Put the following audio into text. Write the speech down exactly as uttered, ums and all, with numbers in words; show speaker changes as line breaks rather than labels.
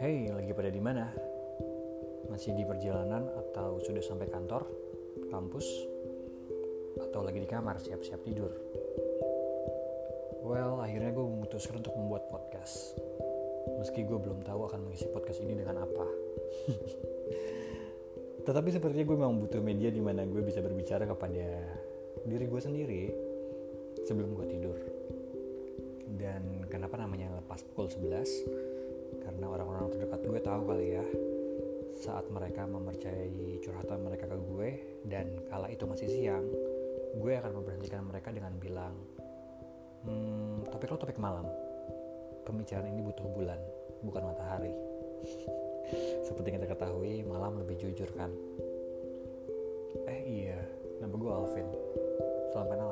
Hey, lagi pada di mana? Masih di perjalanan atau sudah sampai kantor, kampus, atau lagi di kamar siap-siap tidur? Well, akhirnya gue memutuskan untuk membuat podcast. Meski gue belum tahu akan mengisi podcast ini dengan apa. Tetapi sepertinya gue memang butuh media di mana gue bisa berbicara kepada diri gue sendiri sebelum gue tidur. Dan kenapa namanya lepas pukul sebelas? Karena orang-orang terdekat gue tahu kali ya, saat mereka mempercayai curhatan mereka ke gue, dan kala itu masih siang, gue akan memberhentikan mereka dengan bilang, hmm, topik lo topik malam. Pembicaraan ini butuh bulan, bukan matahari. Seperti yang kita ketahui, malam lebih jujur kan. Eh iya, nama gue Alvin. Salam kenal